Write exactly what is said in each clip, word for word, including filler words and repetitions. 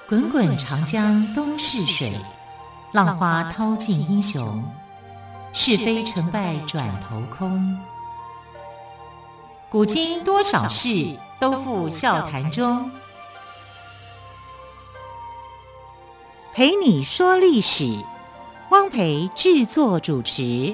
滚滚长江东逝水，浪花淘尽英雄。是非成败转头空。古今多少事，都付笑谈中。陪你说历史，汪培制作主持。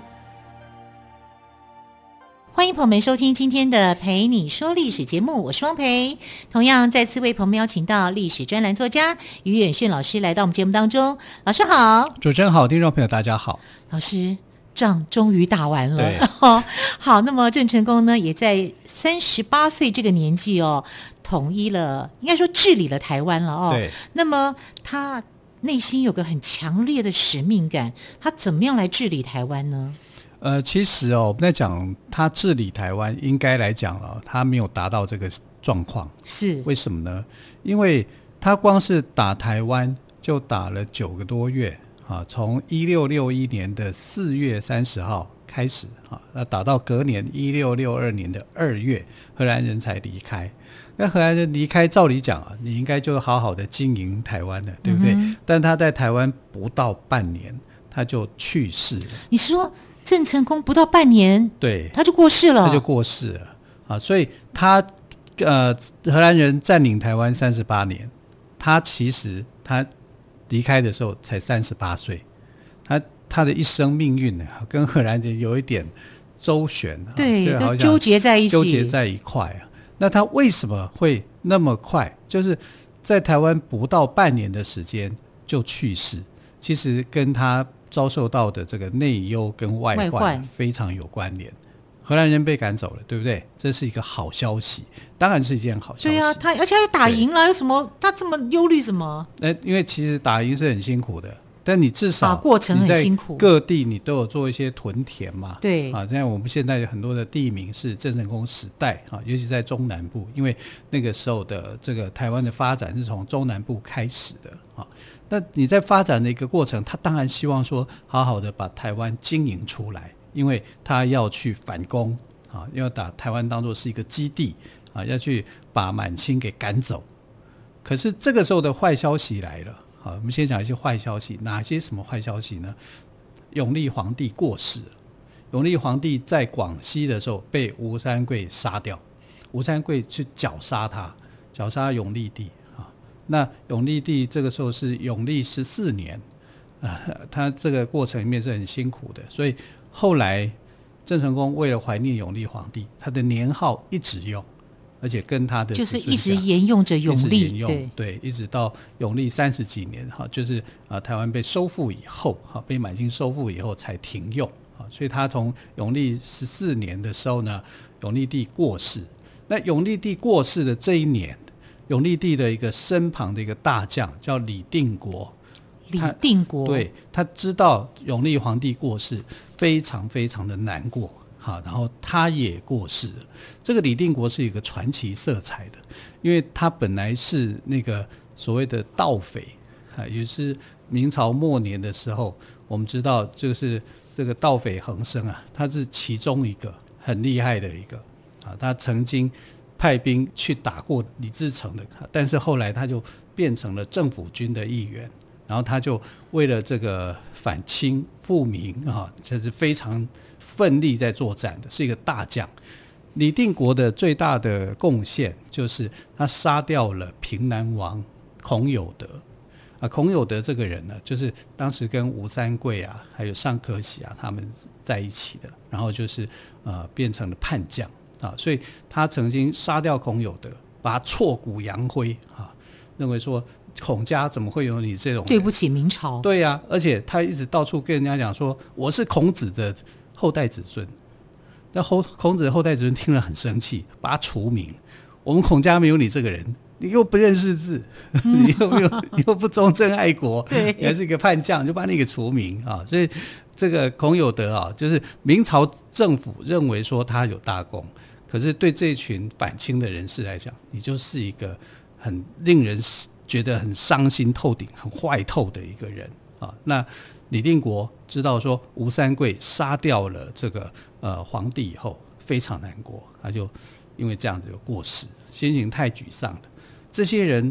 欢迎朋友们收听今天的陪你说历史节目，我是汪培。同样再次为朋友们邀请到历史专栏作家于远逊老师来到我们节目当中。老师好。 主持人好，听众朋友大家好。 老师，仗终于打完了。好，那么郑成功呢，也在三十八岁这个年纪哦，统一了，应该说治理了台湾了哦。 对。 那么他内心有个很强烈的使命感，他怎么样来治理台湾呢？ 呃，其实哦，我们在讲他治理台湾，应该来讲哦，他没有达到这个状况。 是为什么呢？因为他光是打台湾就打了九个多月啊，从一六六一年的四月三十号开始啊，那打到隔年一六六二年的二月，荷兰人才离开。那荷兰人离开，照理讲啊，你应该就好好的经营台湾了，对不对？嗯、但他在台湾不到半年，他就去世了。 你说郑成功不到半年， 对， 他就过世了， 他就过世了啊！所以他呃，荷兰人占领台湾三十八年，他其实他离开的时候才三十八岁，他他的一生命运呢，跟荷兰人有一点周旋， 对，都纠结在一起， 纠结在一块啊。那他为什么会那么快？就是在台湾不到半年的时间就去世，其实跟他遭受到的这个内忧跟外患非常有关联。荷兰人被赶走了，对不对？这是一个好消息，当然是一件好消息。 对啊，他而且他又打赢了，有什么？他这么忧虑什么？ 呃，因为其实打赢是很辛苦的，但你至少打过程很辛苦， 各地你都有做一些屯田嘛。 对啊，像我们现在有很多的地名是郑成功时代啊，尤其在中南部，因为那个时候的这个台湾的发展是从中南部开始的啊。那你在发展的一个过程，他当然希望说好好的把台湾经营出来，因为他要去反攻啊，要打台湾当作是一个基地啊，要去把满清给赶走。可是这个时候的坏消息来了啊，我们先讲一些坏消息，哪些什么坏消息呢？永历皇帝过世了，永历皇帝在广西的时候被吴三桂杀掉，吴三桂去绞杀他，绞杀永历帝。那永历帝这个时候是永历十四年、呃、他这个过程里面是很辛苦的，所以后来郑成功为了怀念永历皇帝，他的年号一直用，而且跟他的就是一直沿用着永历， 对对，一直到永历三十几年哈，就是、呃、台湾被收复以后哈，被满清收复以后才停用啊，所以他从永历十四年的时候呢，永历帝过世。那永历帝过世的这一年，永历帝的一个身旁的一个大将叫李定国， 李定国， 对，他知道永历皇帝过世，非常非常的难过，好，然后他也过世了。这个李定国是一个传奇色彩的，因为他本来是那个所谓的盗匪啊，也是明朝末年的时候，我们知道就是这个盗匪横生啊，他是其中一个很厉害的一个啊，他曾经派兵去打过李自成的，但是后来他就变成了政府军的一员，然后他就为了这个反清复明啊，这是非常奋力在作战的，是一个大将。李定国的最大的贡献就是他杀掉了平南王孔有德啊，孔有德这个人呢，就是当时跟吴三桂啊，还有尚可喜啊他们在一起的，然后就是呃变成了叛将。啊，所以他曾经杀掉孔有德，把他挫骨扬灰啊，认为说孔家怎么会有你这种人， 对不起明朝。 对呀、啊，而且他一直到处跟人家讲说我是孔子的后代子孙，那孔子的后代子孙听了很生气，把他除名。我们孔家没有你这个人，你又不认识字，你又又你又不忠贞爱国， 对， 你还是一个叛将，就把你给除名啊！所以这个孔有德啊，就是明朝政府认为说他有大功，可是对这群反清的人士来讲，你就是一个很令人觉得很伤心透顶、很坏透的一个人啊。那李定国知道说吴三桂杀掉了这个呃皇帝以后，非常难过，他就因为这样子就过世，心情太沮丧了。这些人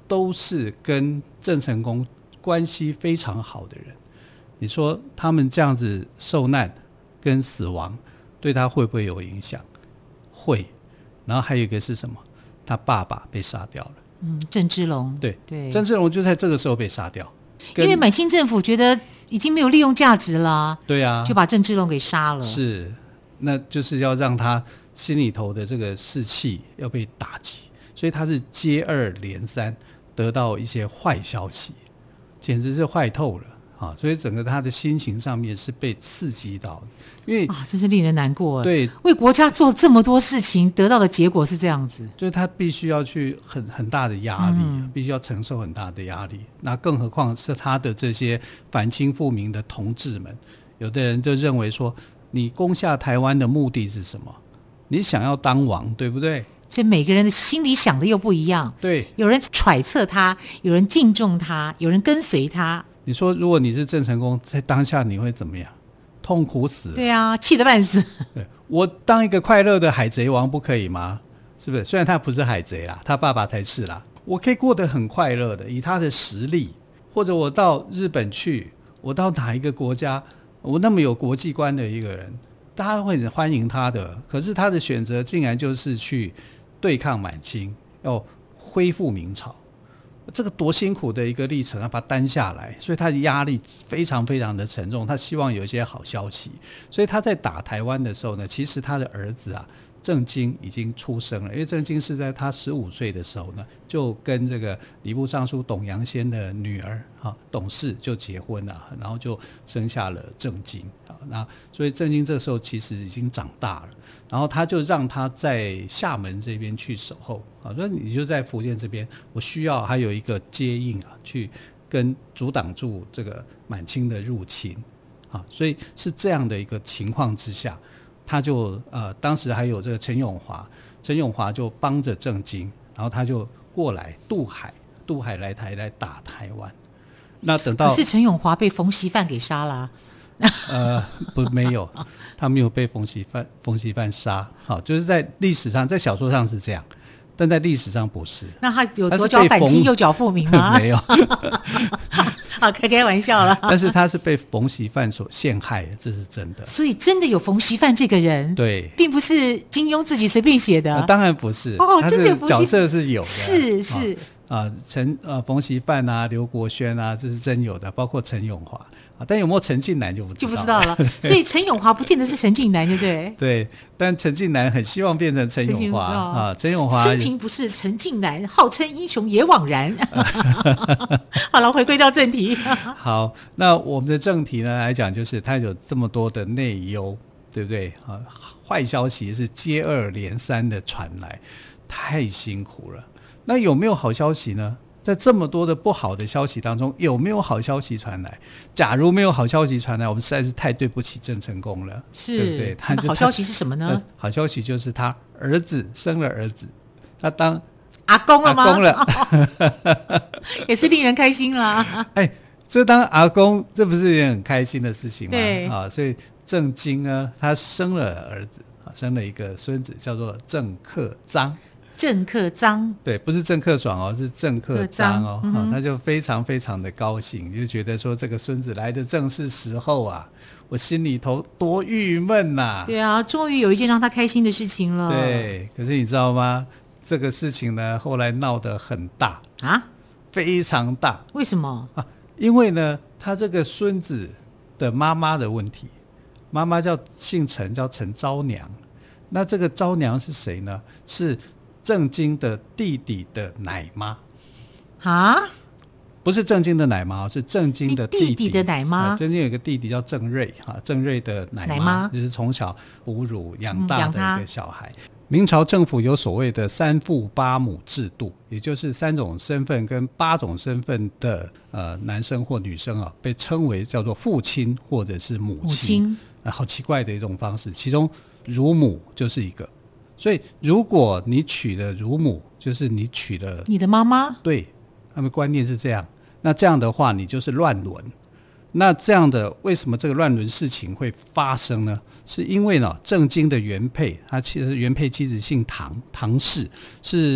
都是跟郑成功关系非常好的人。你说他们这样子受难跟死亡对他会不会有影响？会。然后还有一个是什么？他爸爸被杀掉了。 嗯，郑芝龙。 对对， 郑芝龙就在这个时候被杀掉， 因为满清政府觉得已经没有利用价值了， 对啊， 就把郑芝龙给杀了。 是，那就是要让他心里头的这个士气要被打击，所以他是接二连三得到一些坏消息，简直是坏透了啊！所以整个他的心情上面是被刺激到的，因为啊，真是令人难过。 对， 为国家做这么多事情，得到的结果是这样子， 就是他必须要去很很大的压力、 嗯， 必须要承受很大的压力。那更何况是他的这些反清复明的同志们，有的人就认为说，你攻下台湾的目的是什么？你想要当王，对不对？ 所以每个人的心里想的又不一样。 对， 有人揣测他，有人敬重他，有人跟随他。 你说，如果你是郑成功，在当下你会怎么样？痛苦死了。 对啊，气得半死。 对，我当一个快乐的海贼王不可以吗？是不是？虽然他不是海贼啦，他爸爸才是啦。我可以过得很快乐的，以他的实力，或者我到日本去，我到哪一个国家，我那么有国际观的一个人，大家会很欢迎他的。可是他的选择竟然就是去对抗满清，要恢复明朝。这个多辛苦的一个历程，要把它担下来，所以他的压力非常非常的沉重。他希望有一些好消息，所以他在打台湾的时候呢，其实他的儿子啊郑经已经出生了，因为郑经是在他十五岁的时候呢，就跟这个礼部尚书董阳先的女儿啊董氏就结婚了，然后就生下了郑经啊。那所以郑经这时候其实已经长大了，然后他就让他在厦门这边去守候啊，说你就在福建这边，我需要还有一个接应啊，去跟阻挡住这个满清的入侵啊，所以是这样的一个情况之下。他就呃，当时还有这个陈永华，陈永华就帮着郑经，然后他就过来渡海，渡海来台来打台湾。那等到可是陈永华被冯锡范给杀了、啊。 呃，不，没有，他没有被冯锡范冯锡范杀。好，就是在历史上，在小说上是这样，但在历史上不是。 那他有左脚反清，右脚复明吗？ 没有。 好，开开玩笑了。 但是他是被冯锡范所陷害的，这是真的。 所以真的有冯锡范这个人， 对， 并不是金庸自己随便写的。 呃、当然不是哦，真的角色是有的， 是是啊，陈呃冯锡范啊，刘国轩啊，这是真有的，包括陈永华啊，但有没有陈近南就不知道了， 就不知道了。所以陈永华不见得是陈近南，对不对？ 对，但陈近南很希望变成陈永华啊，陈永华生平不是陈近南，号称英雄也枉然。好了，回归到正题。 好，那我们的正题呢来讲，就是它有这么多的内忧，对不对啊？坏消息是接二连三的传来，太辛苦了。那有没有好消息呢？在这么多的不好的消息当中，有没有好消息传来？假如没有好消息传来，我们实在是太对不起郑成功了， 是， 对不对？他好消息是什么呢？ 好消息就是他儿子生了儿子，他当阿公了吗？ 阿公了， 也是令人开心啦。 哎，这当阿公，这不是也很开心的事情吗？ 对啊，所以郑经呢，他生了儿子，生了一个孙子，叫做郑克章。 郑克章， 对，不是郑克爽哦，是郑克章哦、 嗯啊，他就非常非常的高兴，就觉得说这个孙子来的正是时候啊，我心里头多郁闷呐、啊。 对啊，终于有一件让他开心的事情了。 对，可是你知道吗？这个事情呢，后来闹得很大啊， 非常大。 为什么啊？因为呢，他这个孙子的妈妈的问题，妈妈叫姓陈，叫陈昭娘。那这个昭娘是谁呢？是郑经的弟弟的奶妈啊， 不是郑经的奶妈，是郑经的弟弟, 弟弟的奶妈。 郑经有一个弟弟叫郑瑞，郑瑞的奶 妈, 奶妈就是从小哺乳养大的一个小孩。嗯、明朝政府有所谓的三父八母制度，也就是三种身份跟八种身份的呃男生或女生啊，被称为叫做父亲或者是母亲。母亲啊，好奇怪的一种方式，其中乳母就是一个。所以如果你娶了乳母，就是你娶了你的妈妈， 对，他们观念是这样，那这样的话你就是乱伦。那这样的为什么这个乱伦事情会发生呢？是因为呢郑经的原配，他其实原配妻子姓唐，唐氏，是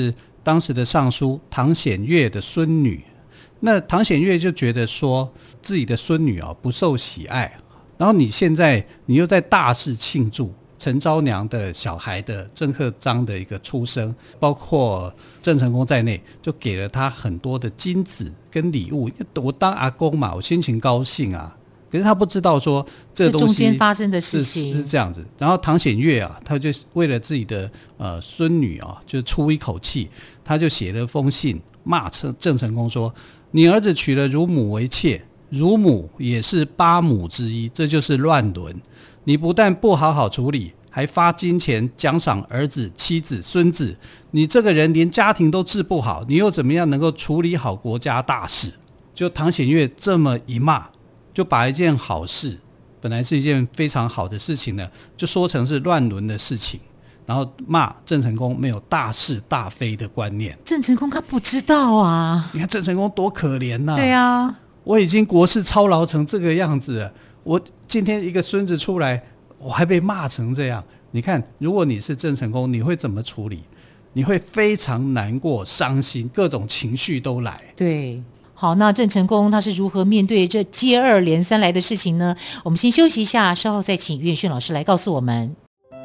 当时的尚书唐显岳的孙女。那唐显岳就觉得说自己的孙女啊不受喜爱，然后你现在你又在大肆庆祝陈昭娘的小孩的郑克章的一个出生，包括郑成功在内，就给了他很多的金子跟礼物。我当阿公嘛，我心情高兴啊。可是他不知道说这东西这中间发生的事情是, 是这样子。然后唐显岳啊，他就为了自己的呃孙女啊，就出一口气，他就写了封信骂郑成功说：“你儿子娶了乳母为妾，乳母也是八母之一，这就是乱伦。你不但不好好处理，还发金钱奖赏儿子、妻子、孙子，你这个人连家庭都治不好，你又怎么样能够处理好国家大事？”就唐显岳这么一骂，就把一件好事，本来是一件非常好的事情呢，就说成是乱伦的事情，然后骂郑成功没有大是大非的观念。 郑成功他不知道啊， 你看郑成功多可怜呐、啊！ 对啊， 我已经国事操劳成这个样子了，我今天一个孙子出来，我还被骂成这样。你看，如果你是郑成功，你会怎么处理？你会非常难过、伤心，各种情绪都来。 对。好，那郑成功他是如何面对这接二连三来的事情呢？我们先休息一下，稍后再请于远逊老师来告诉我们。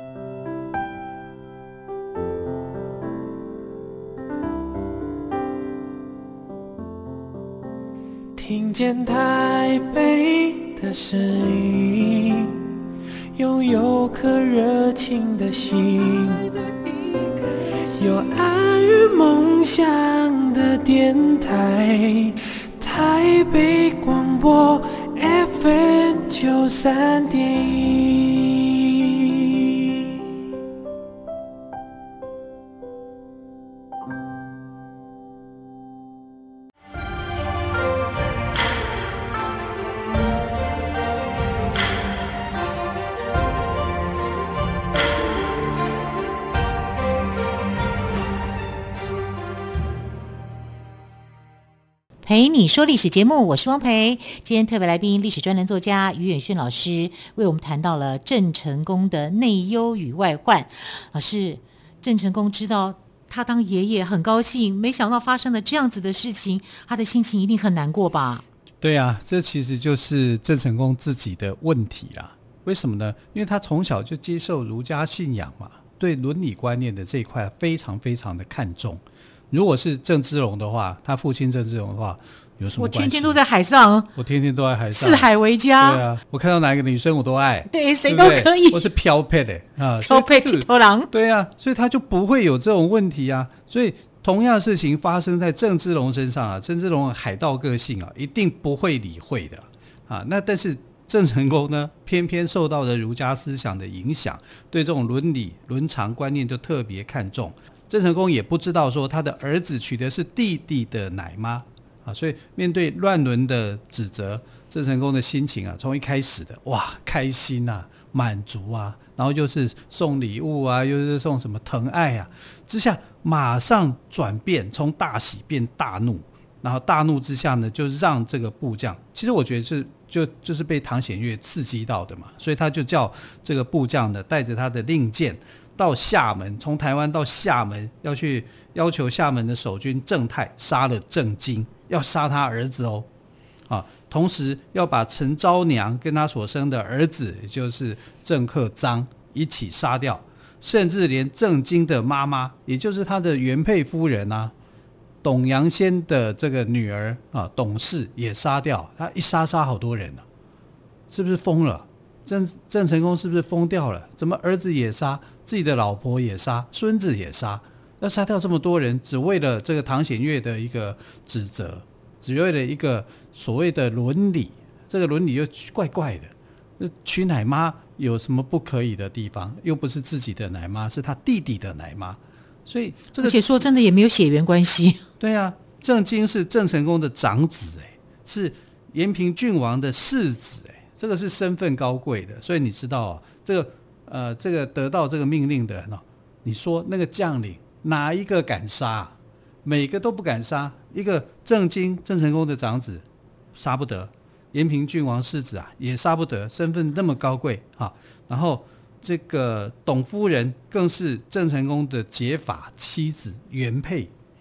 听见台北的声音，拥有颗热情的心，有爱与梦想的电台，台北广播 F M 九三点一。 陪你说历史节目，我是汪培。今天特别来宾，历史专栏作家于远逊老师为我们谈到了郑成功的内忧与外患。老师，郑成功知道他当爷爷很高兴，没想到发生了这样子的事情，他的心情一定很难过吧？ 对啊，这其实就是郑成功自己的问题啦。为什么呢？因为他从小就接受儒家信仰嘛，对伦理观念的这一块非常非常的看重。如果是郑芝龙的话，他父亲郑芝龙的话，有什么关系？ 我天天都在海上， 我天天都在海上， 四海为家。 对啊，我看到哪一个女生我都爱， 对，谁都可以。 我是飘配的啊， 飘配七头狼。 对啊，所以他就不会有这种问题啊。所以同样的事情发生在郑芝龙身上啊，郑芝龙的海盗个性啊，一定不会理会的啊。那但是郑成功呢，偏偏受到了儒家思想的影响，对这种伦理伦常观念就特别看重。郑成功也不知道说他的儿子娶的是弟弟的奶妈啊，所以面对乱伦的指责，郑成功的心情啊，从一开始的哇开心啊、满足啊，然后又是送礼物啊，又是送什么疼爱啊，之下马上转变，从大喜变大怒，然后大怒之下呢，就让这个部将，其实我觉得是就就是被唐显岳刺激到的嘛，所以他就叫这个部将呢，带着他的令箭到厦门，从台湾到厦门，要去要求厦门的守军郑泰杀了郑经，要杀他儿子哦，啊，同时要把陈昭娘跟他所生的儿子，也就是郑克章一起杀掉，甚至连郑经的妈妈，也就是他的原配夫人啊，董阳仙的这个女儿啊，董氏也杀掉，他一杀杀好多人啊，是不是疯了？郑郑成功是不是疯掉了？怎么儿子也杀，自己的老婆也杀，孙子也杀，要杀掉这么多人，只为了这个唐显岳的一个指责，只为了一个所谓的伦理，这个伦理又怪怪的。娶奶妈有什么不可以的地方？又不是自己的奶妈，是他弟弟的奶妈，所以这个而且说真的也没有血缘关系。 对啊，郑经是郑成功的长子，哎，是延平郡王的世子，哎。这个是身份高贵的，所以你知道啊，这个呃，这个得到这个命令的人哦，你说那个将领哪一个敢杀、啊？每个都不敢杀。一个郑经郑成功的长子杀不得，延平郡王世子啊也杀不得，身份那么高贵啊。然后这个董夫人更是郑成功的结发妻子原配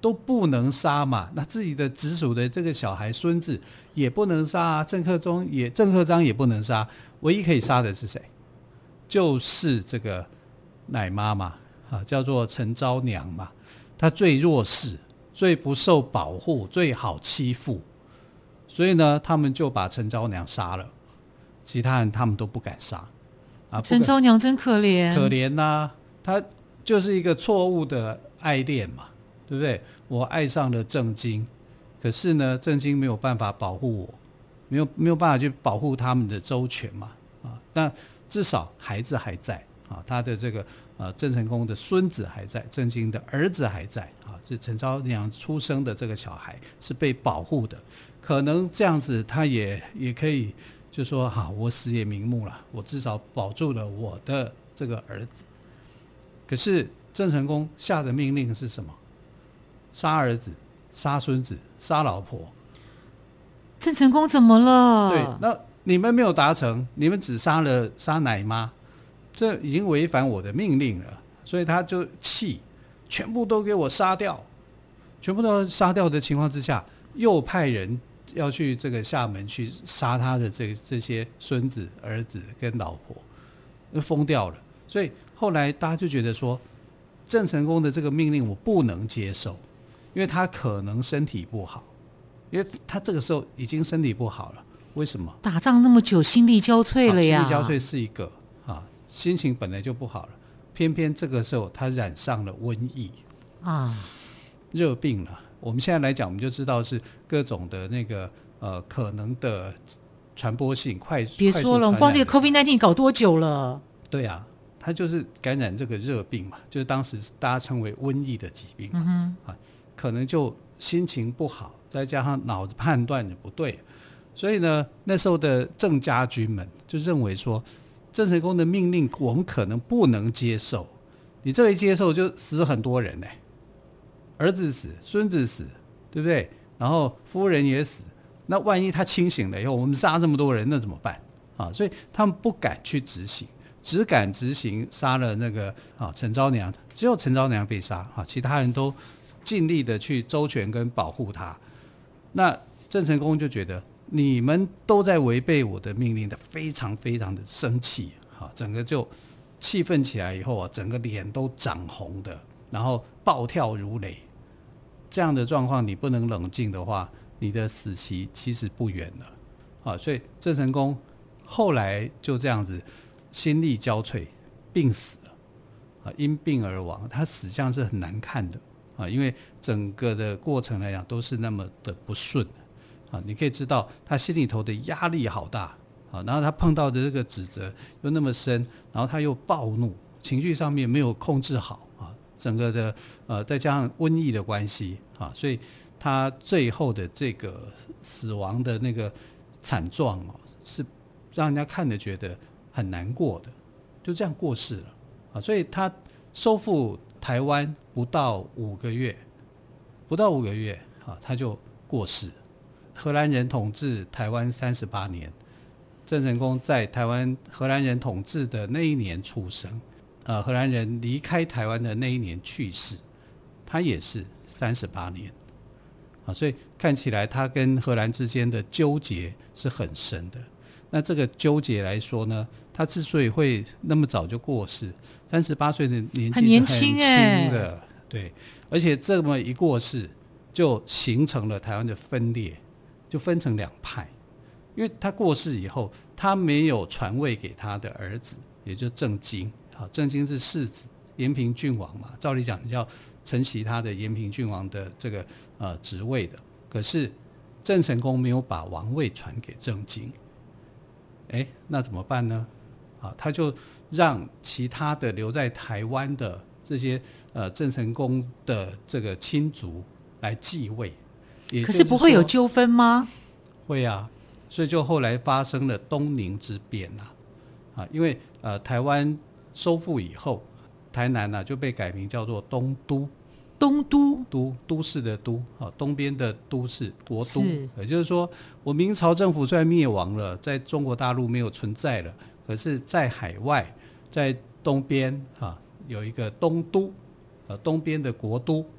都不能杀嘛，那自己的直属的这个小孩孙子也不能杀啊，郑克忠也郑克章也不能杀，唯一可以杀的是谁？就是这个奶妈嘛，啊，叫做陈昭娘嘛，她最弱势，最不受保护，最好欺负，所以呢，他们就把陈昭娘杀了，其他人他们都不敢杀。啊， 陈昭娘真可怜， 可怜呐，她就是一个错误的爱恋嘛，对不对？我爱上了郑经，可是呢，郑经没有办法保护我，没有没有办法去保护他们的周全嘛，啊，那至少孩子还在啊，他的这个呃郑成功的孙子还在，郑经的儿子还在啊，这陈昭娘出生的这个小孩是被保护的，可能这样子他也也可以就说好，我死也瞑目了，我至少保住了我的这个儿子。可是郑成功下的命令是什么？杀儿子，杀孙子，杀老婆。 郑成功怎么了？ 对，那你们没有达成，你们只杀了杀奶妈，这已经违反我的命令了，所以他就气，全部都给我杀掉，全部都杀掉的情况之下，又派人要去这个厦门去杀他的这这些孙子、儿子跟老婆，疯掉了。所以后来大家就觉得说，郑成功的这个命令我不能接受，因为他可能身体不好，因为他这个时候已经身体不好了。为什么？ 打仗那么久，心力交瘁了呀。 心力交瘁是一个啊，心情本来就不好了，偏偏这个时候他染上了瘟疫啊， 热病了。我们现在来讲，我们就知道是各种的那个呃可能的传播性快， 别说了，光这个 COVID 十九 搞多久了？ 对啊，他就是感染这个热病嘛，就是当时大家称为瘟疫的疾病嘛， 嗯哼啊，可能就心情不好，再加上脑子判断也不对，所以呢，那时候的郑家军们就认为说，郑成功的命令我们可能不能接受，你这一接受就死很多人呢、欸，儿子死，孙子死，对不对？然后夫人也死，那万一他清醒了以后，我们杀这么多人，那怎么办啊？所以他们不敢去执行。只敢执行杀了那个啊陈昭娘，只有陈昭娘被杀啊，其他人都尽力的去周全跟保护她。那郑成功就觉得你们都在违背我的命令的，非常非常的生气啊，整个就气愤起来以后啊，整个脸都长红的，然后暴跳如雷。这样的状况你不能冷静的话，你的死期其实不远了啊。所以郑成功后来就这样子。心力交瘁，病死了啊，因病而亡。他死相是很难看的啊，因为整个的过程来讲都是那么的不顺啊。你可以知道他心里头的压力好大啊，然后他碰到的这个指责又那么深，然后他又暴怒，情绪上面没有控制好啊，整个的呃再加上瘟疫的关系啊，所以他最后的这个死亡的那个惨状啊，是让人家看着觉得很难过的，就这样过世了啊！所以他收复台湾不到五个月，不到五个月啊，他就过世。荷兰人统治台湾三十八年，郑成功在台湾荷兰人统治的那一年出生，呃，荷兰人离开台湾的那一年去世，他也是三十八年啊，所以看起来他跟荷兰之间的纠结是很深的。那这个纠结来说呢，他之所以会那么早就过世，三十八岁的年纪是很年轻哎， 的，对，而且这么一过世，就形成了台湾的分裂，就分成两派。因为他过世以后，他没有传位给他的儿子，也就是郑经，好，郑经是世子，延平郡王嘛，照理讲要承袭他的延平郡王的这个呃职位的，可是郑成功没有把王位传给郑经。哎，那怎么办呢？啊，他就让其他的留在台湾的这些呃郑成功的这个亲族来继位。 可是不会有纠纷吗？ 会啊，所以就后来发生了东宁之变啊，啊，因为呃台湾收复以后，台南啊就被改名叫做东都。 东都都都市的都啊，东边的都市国都，也就是说，我明朝政府虽然灭亡了，在中国大陆没有存在了，可是，在海外，在东边啊有一个东都，呃，东边的国都啊，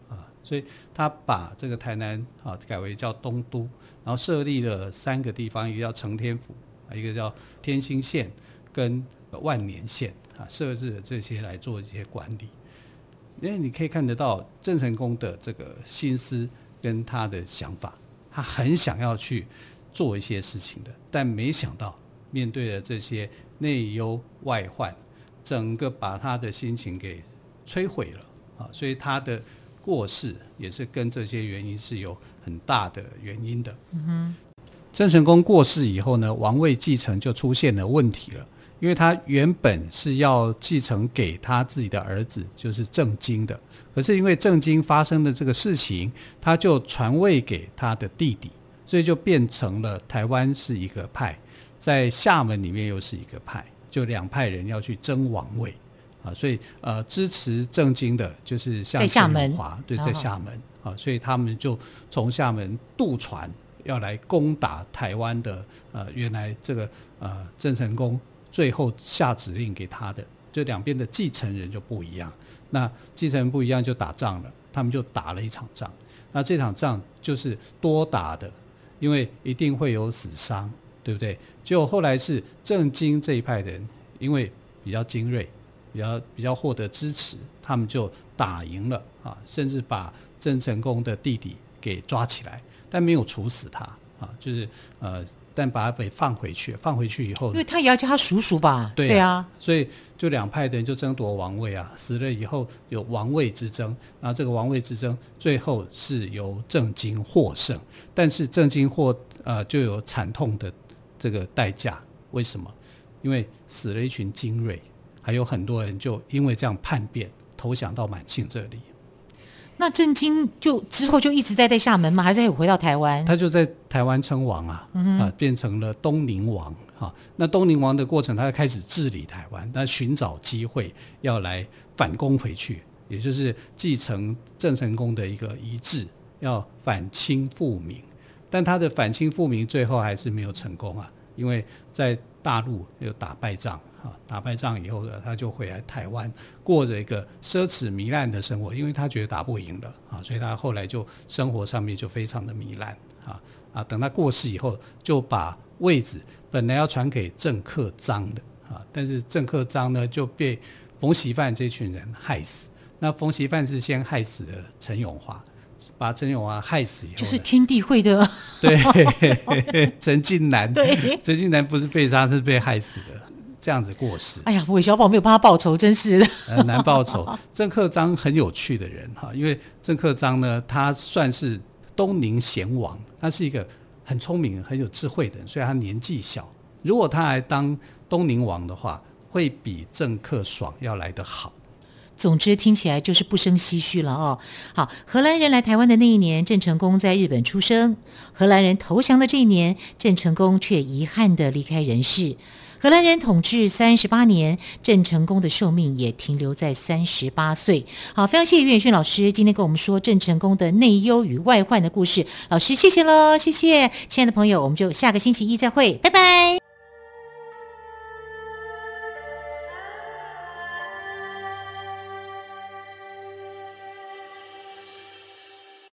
所以他把这个台南啊改为叫东都，然后设立了三个地方，一个叫承天府，一个叫天兴县跟万年县啊，设置了这些来做一些管理。因为你可以看得到郑成功的这个心思跟他的想法，他很想要去做一些事情的，但没想到面对了这些内忧外患，整个把他的心情给摧毁了啊！所以他的过世也是跟这些原因是有很大的原因的。嗯哼，郑成功过世以后呢，王位继承就出现了问题了。因为他原本是要继承给他自己的儿子，就是郑经的，可是因为郑经发生的这个事情，他就传位给他的弟弟，所以就变成了台湾是一个派，在厦门里面又是一个派，就两派人要去争王位啊，所以呃支持郑经的就是像厦门华，对，在厦门啊，所以他们就从厦门渡船要来攻打台湾的呃原来这个呃郑成功。最后下指令给他的，就两边的继承人就不一样。那继承人不一样就打仗了，他们就打了一场仗。那这场仗就是多打的，因为一定会有死伤，对不对？结果后来是郑经这一派人，因为比较精锐，比较比较获得支持，他们就打赢了啊，甚至把郑成功的弟弟给抓起来，但没有处死他啊，就是呃。但把他给放回去，放回去以后， 因为他也要叫他叔叔吧？ 对啊， 对啊， 所以就两派的人就争夺王位啊，死了以后有王位之争，然后这个王位之争最后是由郑经获胜，但是郑经获呃就有惨痛的这个代价，为什么？因为死了一群精锐，还有很多人就因为这样叛变投降到满清这里。 那郑经就之后就一直在在厦门吗？还是有回到台湾？ 他就在台湾称王啊，嗯、啊变成了东宁王啊。那东宁王的过程，他开始治理台湾，他寻找机会要来反攻回去，也就是继承郑成功的一个遗志，要反清复明。但他的反清复明最后还是没有成功啊，因为在大陆有打败仗。打败仗以后呢，他就回来台湾，过着一个奢侈糜烂的生活，因为他觉得打不赢了啊，所以他后来就生活上面就非常的糜烂啊啊！等他过世以后，就把位置本来要传给郑克章的啊，但是郑克章呢就被冯锡范这群人害死。那冯锡范是先害死了陈永华，把陈永华害死以后， 就是天地会的对陈近南， 对， 陈近南不是被杀，是被害死的。这样子过世， 哎呀，韦小宝没有帮他报仇，真是的， 呃，难报仇。郑克章很有趣的人哈，因为郑克章呢，他算是东宁贤王，他是一个很聪明、很有智慧的人，虽然他年纪小，如果他来当东宁王的话，会比郑克爽要来得好。 总之听起来就是不胜唏嘘了哦。好，荷兰人来台湾的那一年，郑成功在日本出生；荷兰人投降的这一年，郑成功却遗憾地离开人世。荷兰人统治三十八年，郑成功的寿命也停留在三十八岁。好，非常谢谢于远逊老师今天跟我们说郑成功的内忧与外患的故事。老师，谢谢喽，谢谢，亲爱的朋友，我们就下个星期一再会，拜拜。